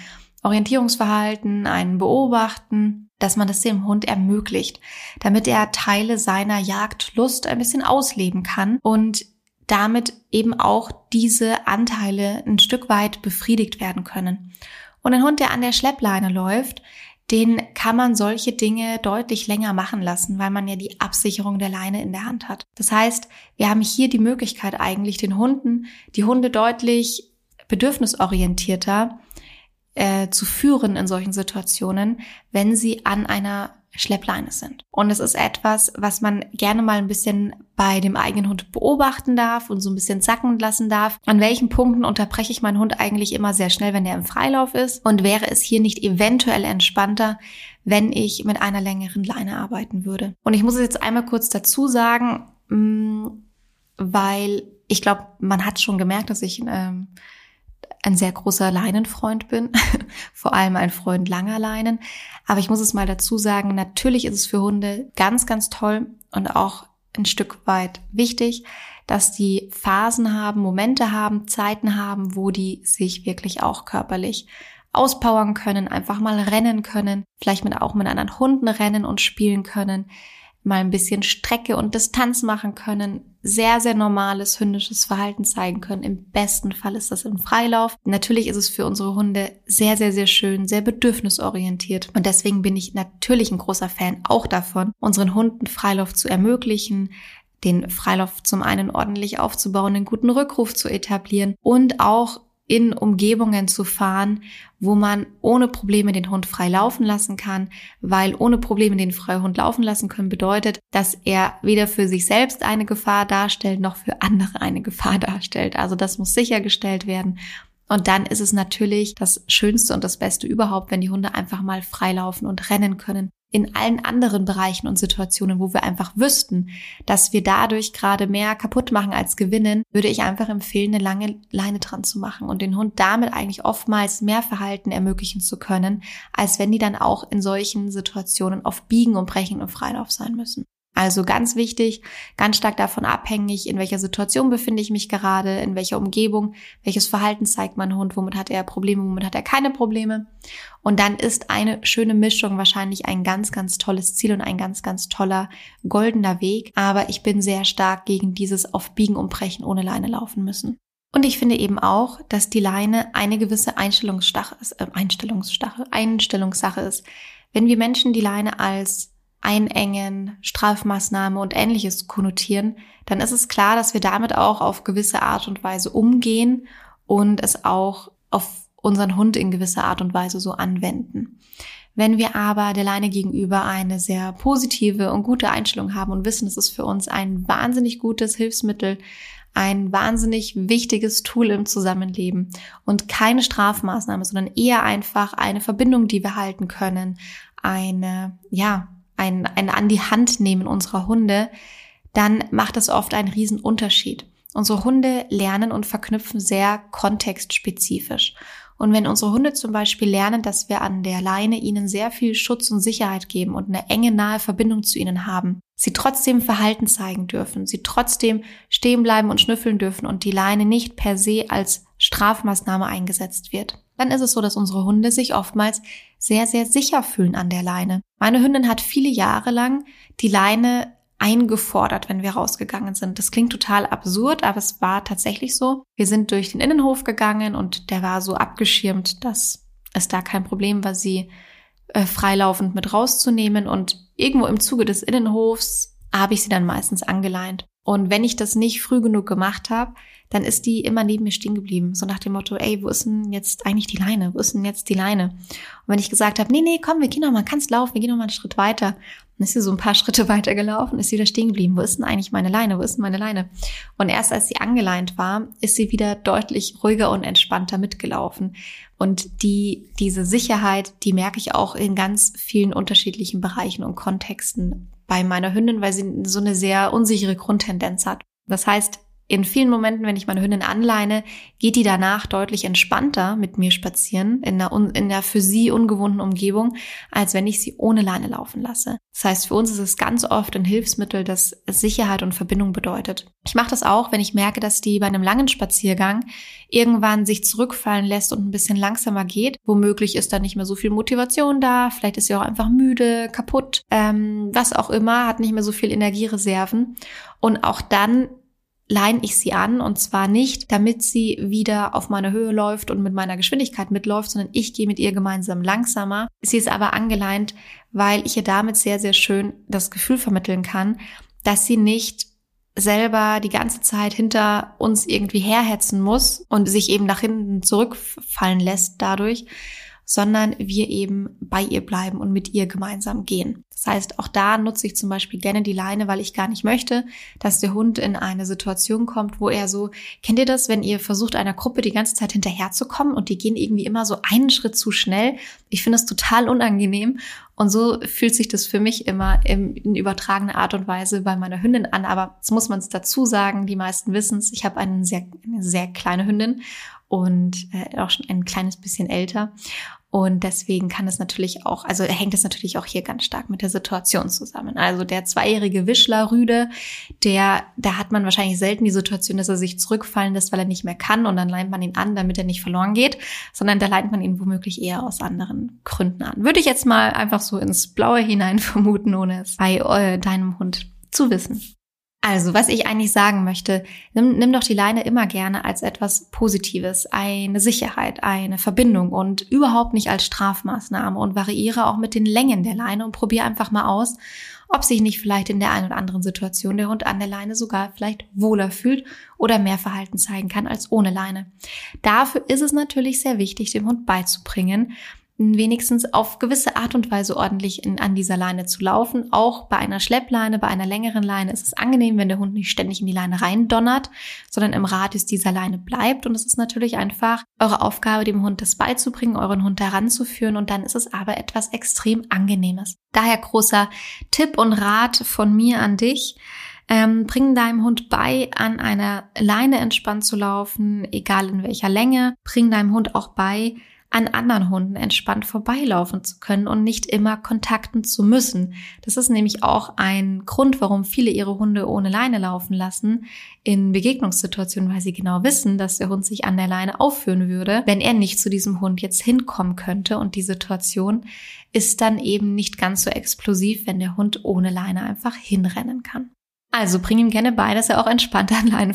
Orientierungsverhalten, ein Beobachten, dass man das dem Hund ermöglicht, damit er Teile seiner Jagdlust ein bisschen ausleben kann und damit eben auch diese Anteile ein Stück weit befriedigt werden können. Und ein Hund, der an der Schleppleine läuft, den kann man solche Dinge deutlich länger machen lassen, weil man ja die Absicherung der Leine in der Hand hat. Das heißt, wir haben hier die Möglichkeit eigentlich die Hunde deutlich bedürfnisorientierter zu führen in solchen Situationen, wenn sie an einer Schleppleine sind. Und es ist etwas, was man gerne mal ein bisschen bei dem eigenen Hund beobachten darf und so ein bisschen sacken lassen darf. An welchen Punkten unterbreche ich meinen Hund eigentlich immer sehr schnell, wenn er im Freilauf ist? Und wäre es hier nicht eventuell entspannter, wenn ich mit einer längeren Leine arbeiten würde? Und ich muss es jetzt einmal kurz dazu sagen, weil ich glaube, man hat schon gemerkt, dass ich ein sehr großer Leinenfreund bin, vor allem ein Freund langer Leinen. Aber ich muss es mal dazu sagen, natürlich ist es für Hunde ganz, ganz toll und auch ein Stück weit wichtig, dass die Phasen haben, Momente haben, Zeiten haben, wo die sich wirklich auch körperlich auspowern können, einfach mal rennen können, vielleicht auch mit anderen Hunden rennen und spielen können, mal ein bisschen Strecke und Distanz machen können, sehr, sehr normales hündisches Verhalten zeigen können. Im besten Fall ist das im Freilauf. Natürlich ist es für unsere Hunde sehr, sehr, sehr schön, sehr bedürfnisorientiert. Und deswegen bin ich natürlich ein großer Fan auch davon, unseren Hunden Freilauf zu ermöglichen, den Freilauf zum einen ordentlich aufzubauen, einen guten Rückruf zu etablieren und auch in Umgebungen zu fahren, wo man ohne Probleme den Hund frei laufen lassen kann, weil ohne Probleme den Freihund laufen lassen können bedeutet, dass er weder für sich selbst eine Gefahr darstellt, noch für andere eine Gefahr darstellt. Also das muss sichergestellt werden. Und dann ist es natürlich das Schönste und das Beste überhaupt, wenn die Hunde einfach mal frei laufen und rennen können. In allen anderen Bereichen und Situationen, wo wir einfach wüssten, dass wir dadurch gerade mehr kaputt machen als gewinnen, würde ich einfach empfehlen, eine lange Leine dran zu machen und den Hund damit eigentlich oftmals mehr Verhalten ermöglichen zu können, als wenn die dann auch in solchen Situationen auf Biegen und Brechen im Freilauf sein müssen. Also ganz wichtig, ganz stark davon abhängig, in welcher Situation befinde ich mich gerade, in welcher Umgebung, welches Verhalten zeigt mein Hund, womit hat er Probleme, womit hat er keine Probleme. Und dann ist eine schöne Mischung wahrscheinlich ein ganz, ganz tolles Ziel und ein ganz, ganz toller goldener Weg. Aber ich bin sehr stark gegen dieses auf Biegen und Brechen ohne Leine laufen müssen. Und ich finde eben auch, dass die Leine eine gewisse Einstellungssache ist. Wenn wir Menschen die Leine als Einengen, Strafmaßnahme und Ähnliches konnotieren, dann ist es klar, dass wir damit auch auf gewisse Art und Weise umgehen und es auch auf unseren Hund in gewisser Art und Weise so anwenden. Wenn wir aber der Leine gegenüber eine sehr positive und gute Einstellung haben und wissen, es ist für uns ein wahnsinnig gutes Hilfsmittel, ein wahnsinnig wichtiges Tool im Zusammenleben und keine Strafmaßnahme, sondern eher einfach eine Verbindung, die wir halten können, ein an die Hand nehmen unserer Hunde, dann macht das oft einen riesen Unterschied. Unsere Hunde lernen und verknüpfen sehr kontextspezifisch. Und wenn unsere Hunde zum Beispiel lernen, dass wir an der Leine ihnen sehr viel Schutz und Sicherheit geben und eine enge, nahe Verbindung zu ihnen haben, sie trotzdem Verhalten zeigen dürfen, sie trotzdem stehen bleiben und schnüffeln dürfen und die Leine nicht per se als Strafmaßnahme eingesetzt wird, dann ist es so, dass unsere Hunde sich oftmals sehr, sehr sicher fühlen an der Leine. Meine Hündin hat viele Jahre lang die Leine eingefordert, wenn wir rausgegangen sind. Das klingt total absurd, aber es war tatsächlich so. Wir sind durch den Innenhof gegangen und der war so abgeschirmt, dass es da kein Problem war, sie freilaufend mit rauszunehmen. Und irgendwo im Zuge des Innenhofs habe ich sie dann meistens angeleint. Und wenn ich das nicht früh genug gemacht habe, dann ist die immer neben mir stehen geblieben. So nach dem Motto, ey, wo ist denn jetzt eigentlich die Leine? Wo ist denn jetzt die Leine? Und wenn ich gesagt habe, nee, komm, wir gehen noch mal, kannst laufen, wir gehen noch mal einen Schritt weiter. Dann ist sie so ein paar Schritte weiter gelaufen, ist sie wieder stehen geblieben. Wo ist denn eigentlich meine Leine? Wo ist denn meine Leine? Und erst als sie angeleint war, ist sie wieder deutlich ruhiger und entspannter mitgelaufen. Und diese Sicherheit, die merke ich auch in ganz vielen unterschiedlichen Bereichen und Kontexten bei meiner Hündin, weil sie so eine sehr unsichere Grundtendenz hat. Das heißt, in vielen Momenten, wenn ich meine Hündin anleine, geht die danach deutlich entspannter mit mir spazieren, in der für sie ungewohnten Umgebung, als wenn ich sie ohne Leine laufen lasse. Das heißt, für uns ist es ganz oft ein Hilfsmittel, das Sicherheit und Verbindung bedeutet. Ich mache das auch, wenn ich merke, dass die bei einem langen Spaziergang irgendwann sich zurückfallen lässt und ein bisschen langsamer geht. Womöglich ist da nicht mehr so viel Motivation da, vielleicht ist sie auch einfach müde, kaputt, was auch immer, hat nicht mehr so viel Energiereserven. Und auch dann leine ich sie an, und zwar nicht, damit sie wieder auf meine Höhe läuft und mit meiner Geschwindigkeit mitläuft, sondern ich gehe mit ihr gemeinsam langsamer. Sie ist aber angeleint, weil ich ihr damit sehr, sehr schön das Gefühl vermitteln kann, dass sie nicht selber die ganze Zeit hinter uns irgendwie herhetzen muss und sich eben nach hinten zurückfallen lässt dadurch, sondern wir eben bei ihr bleiben und mit ihr gemeinsam gehen. Das heißt, auch da nutze ich zum Beispiel gerne die Leine, weil ich gar nicht möchte, dass der Hund in eine Situation kommt, wo er so, kennt ihr das, wenn ihr versucht, einer Gruppe die ganze Zeit hinterherzukommen und die gehen irgendwie immer so einen Schritt zu schnell? Ich finde das total unangenehm, und so fühlt sich das für mich immer in übertragener Art und Weise bei meiner Hündin an. Aber jetzt muss man es dazu sagen, die meisten wissen es, ich habe eine sehr kleine Hündin und auch schon ein kleines bisschen älter. Und deswegen kann es natürlich auch, also hängt es natürlich auch hier ganz stark mit der Situation zusammen. Also der 2-jährige Wischler Rüde, da hat man wahrscheinlich selten die Situation, dass er sich zurückfallen lässt, weil er nicht mehr kann, und dann leint man ihn an, damit er nicht verloren geht, sondern da leint man ihn womöglich eher aus anderen Gründen an. Würde ich jetzt mal einfach so ins Blaue hinein vermuten, ohne es bei deinem Hund zu wissen. Also, was ich eigentlich sagen möchte, nimm doch die Leine immer gerne als etwas Positives, eine Sicherheit, eine Verbindung und überhaupt nicht als Strafmaßnahme, und variiere auch mit den Längen der Leine und probiere einfach mal aus, ob sich nicht vielleicht in der einen oder anderen Situation der Hund an der Leine sogar vielleicht wohler fühlt oder mehr Verhalten zeigen kann als ohne Leine. Dafür ist es natürlich sehr wichtig, dem Hund beizubringen, wenigstens auf gewisse Art und Weise ordentlich an dieser Leine zu laufen. Auch bei einer Schleppleine, bei einer längeren Leine ist es angenehm, wenn der Hund nicht ständig in die Leine reindonnert, sondern im Radius dieser Leine bleibt. Und es ist natürlich einfach eure Aufgabe, dem Hund das beizubringen, euren Hund heranzuführen, und dann ist es aber etwas extrem Angenehmes. Daher großer Tipp und Rat von mir an dich: Bring deinem Hund bei, an einer Leine entspannt zu laufen, egal in welcher Länge. Bring deinem Hund auch bei, an anderen Hunden entspannt vorbeilaufen zu können und nicht immer kontakten zu müssen. Das ist nämlich auch ein Grund, warum viele ihre Hunde ohne Leine laufen lassen in Begegnungssituationen, weil sie genau wissen, dass der Hund sich an der Leine aufführen würde, wenn er nicht zu diesem Hund jetzt hinkommen könnte. Und die Situation ist dann eben nicht ganz so explosiv, wenn der Hund ohne Leine einfach hinrennen kann. Also bring ihm gerne bei, dass er auch entspannt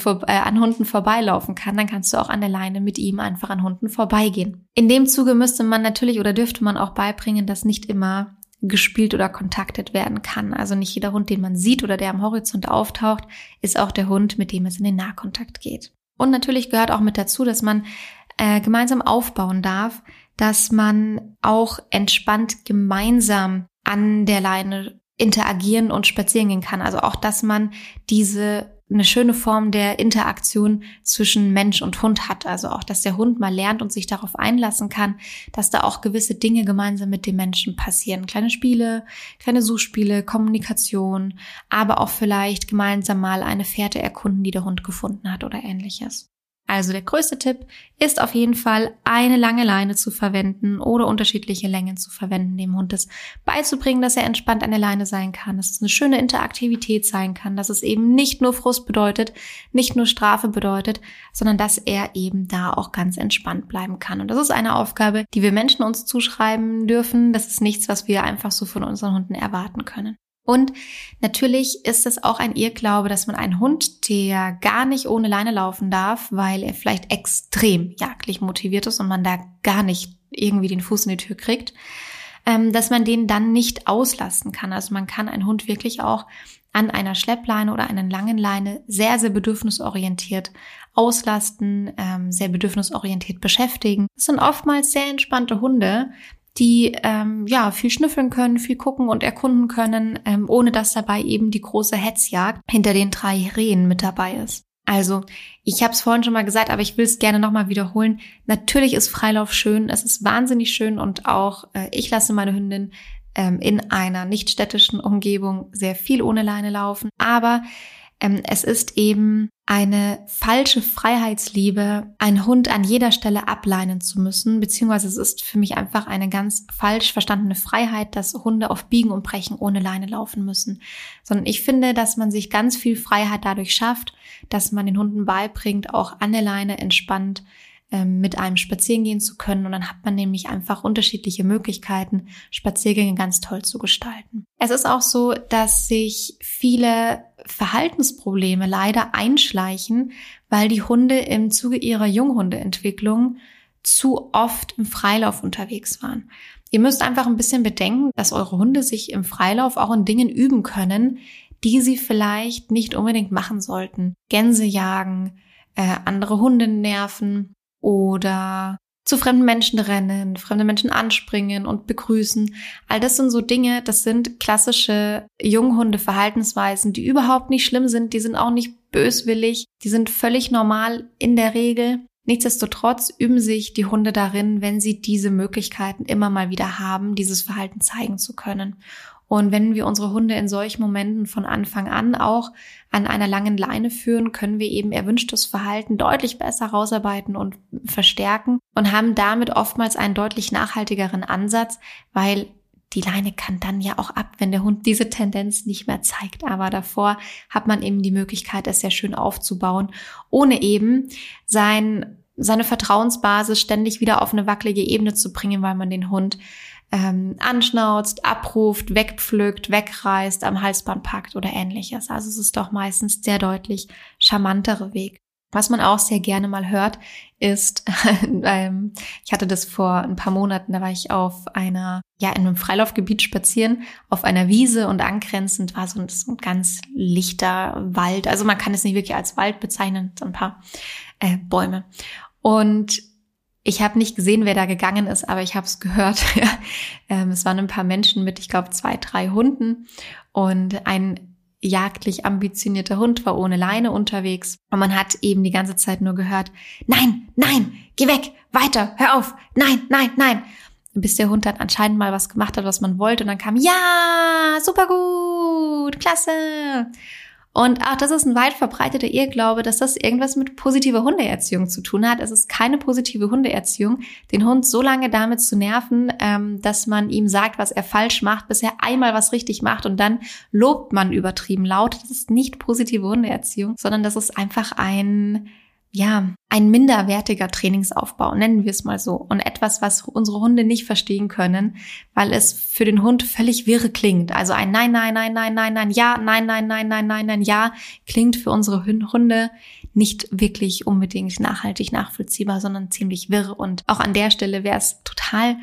an Hunden vorbeilaufen kann. Dann kannst du auch an der Leine mit ihm einfach an Hunden vorbeigehen. In dem Zuge müsste man natürlich oder dürfte man auch beibringen, dass nicht immer gespielt oder kontaktet werden kann. Also nicht jeder Hund, den man sieht oder der am Horizont auftaucht, ist auch der Hund, mit dem es in den Nahkontakt geht. Und natürlich gehört auch mit dazu, dass man gemeinsam aufbauen darf, dass man auch entspannt gemeinsam an der Leine interagieren und spazieren gehen kann. Also auch, dass man eine schöne Form der Interaktion zwischen Mensch und Hund hat. Also auch, dass der Hund mal lernt und sich darauf einlassen kann, dass da auch gewisse Dinge gemeinsam mit dem Menschen passieren. Kleine Spiele, kleine Suchspiele, Kommunikation, aber auch vielleicht gemeinsam mal eine Fährte erkunden, die der Hund gefunden hat oder ähnliches. Also der größte Tipp ist auf jeden Fall, eine lange Leine zu verwenden oder unterschiedliche Längen zu verwenden, dem Hund das beizubringen, dass er entspannt an der Leine sein kann, dass es eine schöne Interaktivität sein kann, dass es eben nicht nur Frust bedeutet, nicht nur Strafe bedeutet, sondern dass er eben da auch ganz entspannt bleiben kann. Und das ist eine Aufgabe, die wir Menschen uns zuschreiben dürfen. Das ist nichts, was wir einfach so von unseren Hunden erwarten können. Und natürlich ist es auch ein Irrglaube, dass man einen Hund, der gar nicht ohne Leine laufen darf, weil er vielleicht extrem jagdlich motiviert ist und man da gar nicht irgendwie den Fuß in die Tür kriegt, dass man den dann nicht auslasten kann. Also man kann einen Hund wirklich auch an einer Schleppleine oder einer langen Leine sehr, sehr bedürfnisorientiert auslasten, sehr bedürfnisorientiert beschäftigen. Das sind oftmals sehr entspannte Hunde, die viel schnüffeln können, viel gucken und erkunden können, ohne dass dabei eben die große Hetzjagd hinter den 3 Rehen mit dabei ist. Also, ich habe es vorhin schon mal gesagt, aber ich will es gerne nochmal wiederholen. Natürlich ist Freilauf schön, es ist wahnsinnig schön, und auch ich lasse meine Hündin in einer nicht städtischen Umgebung sehr viel ohne Leine laufen. Aber Es ist eben eine falsche Freiheitsliebe, einen Hund an jeder Stelle ableinen zu müssen, beziehungsweise es ist für mich einfach eine ganz falsch verstandene Freiheit, dass Hunde auf Biegen und Brechen ohne Leine laufen müssen. Sondern ich finde, dass man sich ganz viel Freiheit dadurch schafft, dass man den Hunden beibringt, auch an der Leine entspannt mit einem spazieren gehen zu können. Und dann hat man nämlich einfach unterschiedliche Möglichkeiten, Spaziergänge ganz toll zu gestalten. Es ist auch so, dass sich viele Verhaltensprobleme leider einschleichen, weil die Hunde im Zuge ihrer Junghundeentwicklung zu oft im Freilauf unterwegs waren. Ihr müsst einfach ein bisschen bedenken, dass eure Hunde sich im Freilauf auch in Dingen üben können, die sie vielleicht nicht unbedingt machen sollten. Gänse jagen, andere Hunde nerven oder zu fremden Menschen rennen, fremde Menschen anspringen und begrüßen. All das sind so Dinge, das sind klassische Junghunde-Verhaltensweisen, die überhaupt nicht schlimm sind, die sind auch nicht böswillig, die sind völlig normal in der Regel. Nichtsdestotrotz üben sich die Hunde darin, wenn sie diese Möglichkeiten immer mal wieder haben, dieses Verhalten zeigen zu können. Und wenn wir unsere Hunde in solchen Momenten von Anfang an auch an einer langen Leine führen, können wir eben erwünschtes Verhalten deutlich besser rausarbeiten und verstärken und haben damit oftmals einen deutlich nachhaltigeren Ansatz, weil die Leine kann dann ja auch ab, wenn der Hund diese Tendenz nicht mehr zeigt. Aber davor hat man eben die Möglichkeit, es sehr schön aufzubauen, ohne eben seine Vertrauensbasis ständig wieder auf eine wackelige Ebene zu bringen, weil man den Hund anschnauzt, abruft, wegpflückt, wegreißt, am Halsband packt oder ähnliches. Also es ist doch meistens der deutlich charmantere Weg. Was man auch sehr gerne mal hört, ist, ich hatte das vor ein paar Monaten, da war ich in einem Freilaufgebiet spazieren, auf einer Wiese und angrenzend war so ein ganz lichter Wald. Also man kann es nicht wirklich als Wald bezeichnen, so ein paar Bäume. Und ich habe nicht gesehen, wer da gegangen ist, aber ich habe es gehört. Es waren ein paar Menschen mit, ich glaube, 2, 3 Hunden und ein jagdlich ambitionierter Hund war ohne Leine unterwegs. Und man hat eben die ganze Zeit nur gehört, nein, nein, geh weg, weiter, hör auf, nein, nein, nein. Bis der Hund dann anscheinend mal was gemacht hat, was man wollte. Und dann kam, ja, super gut, klasse. Und auch das ist ein weit verbreiteter Irrglaube, dass das irgendwas mit positiver Hundeerziehung zu tun hat. Es ist keine positive Hundeerziehung, den Hund so lange damit zu nerven, dass man ihm sagt, was er falsch macht, bis er einmal was richtig macht und dann lobt man übertrieben laut. Das ist nicht positive Hundeerziehung, sondern das ist einfach ein minderwertiger Trainingsaufbau, nennen wir es mal so. Und etwas, was unsere Hunde nicht verstehen können, weil es für den Hund völlig wirr klingt. Also ein Nein, nein, nein, nein, nein, nein, ja, nein, nein, nein, nein, nein, nein, ja, klingt für unsere Hunde nicht wirklich unbedingt nachhaltig nachvollziehbar, sondern ziemlich wirr. Und auch an der Stelle wäre es total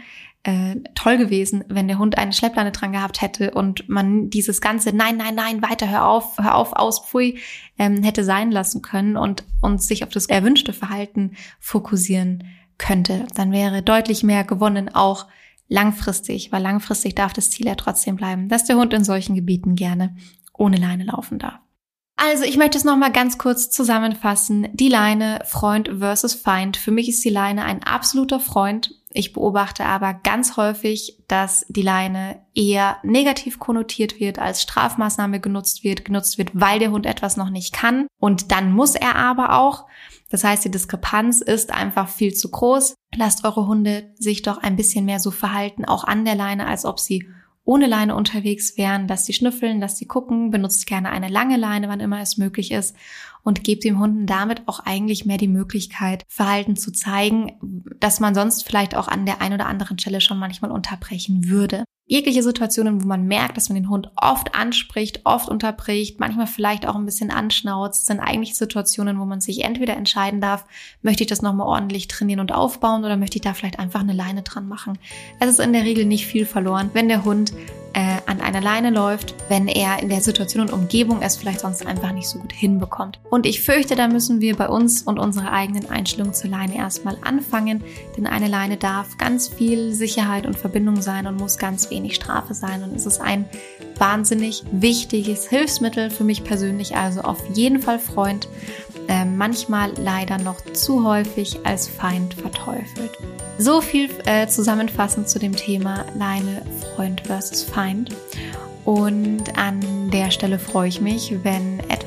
toll gewesen, wenn der Hund eine Schleppleine dran gehabt hätte und man dieses ganze Nein, nein, nein, weiter, hör auf, aus, pfui, hätte sein lassen können und sich auf das erwünschte Verhalten fokussieren könnte. Dann wäre deutlich mehr gewonnen, auch langfristig, weil langfristig darf das Ziel ja trotzdem bleiben, dass der Hund in solchen Gebieten gerne ohne Leine laufen darf. Also ich möchte es nochmal ganz kurz zusammenfassen. Die Leine, Freund versus Feind. Für mich ist die Leine ein absoluter Freund. Ich beobachte aber ganz häufig, dass die Leine eher negativ konnotiert wird, als Strafmaßnahme genutzt wird, weil der Hund etwas noch nicht kann. Und dann muss er aber auch. Das heißt, die Diskrepanz ist einfach viel zu groß. Lasst eure Hunde sich doch ein bisschen mehr so verhalten, auch an der Leine, als ob sie ohne Leine unterwegs wären. Lasst sie schnüffeln, lasst sie gucken, benutzt gerne eine lange Leine, wann immer es möglich ist und gebt dem Hunden damit auch eigentlich mehr die Möglichkeit, Verhalten zu zeigen, dass man sonst vielleicht auch an der einen oder anderen Stelle schon manchmal unterbrechen würde. Jegliche Situationen, wo man merkt, dass man den Hund oft anspricht, oft unterbricht, manchmal vielleicht auch ein bisschen anschnauzt, sind eigentlich Situationen, wo man sich entweder entscheiden darf, möchte ich das nochmal ordentlich trainieren und aufbauen oder möchte ich da vielleicht einfach eine Leine dran machen. Es ist in der Regel nicht viel verloren, wenn der Hund an einer Leine läuft, wenn er in der Situation und Umgebung es vielleicht sonst einfach nicht so gut hinbekommt. Und ich fürchte, da müssen wir bei uns und unserer eigenen Einstellung zur Leine erstmal anfangen, denn eine Leine darf ganz viel Sicherheit und Verbindung sein und muss ganz wenig Strafe sein. Und es ist ein wahnsinnig wichtiges Hilfsmittel für mich persönlich, also auf jeden Fall Freund, manchmal leider noch zu häufig als Feind verteufelt. So viel zusammenfassend zu dem Thema Leine, Freund versus Feind. Und an der Stelle freue ich mich, wenn etwas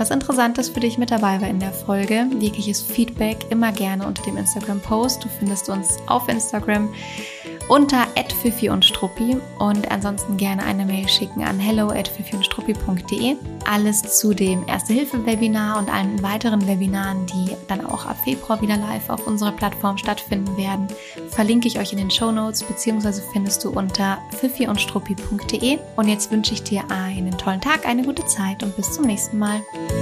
etwas Interessantes für dich mit dabei war in der Folge, jegliches Feedback immer gerne unter dem Instagram-Post. Du findest uns auf Instagram unter @fifi_und_struppi und ansonsten gerne eine Mail schicken an hello@fifiundstruppi.de. Alles zu dem Erste-Hilfe-Webinar und allen weiteren Webinaren, die dann auch ab Februar wieder live auf unserer Plattform stattfinden werden, verlinke ich euch in den Shownotes beziehungsweise findest du unter fifiundstruppi.de. Und jetzt wünsche ich dir einen tollen Tag, eine gute Zeit und bis zum nächsten Mal.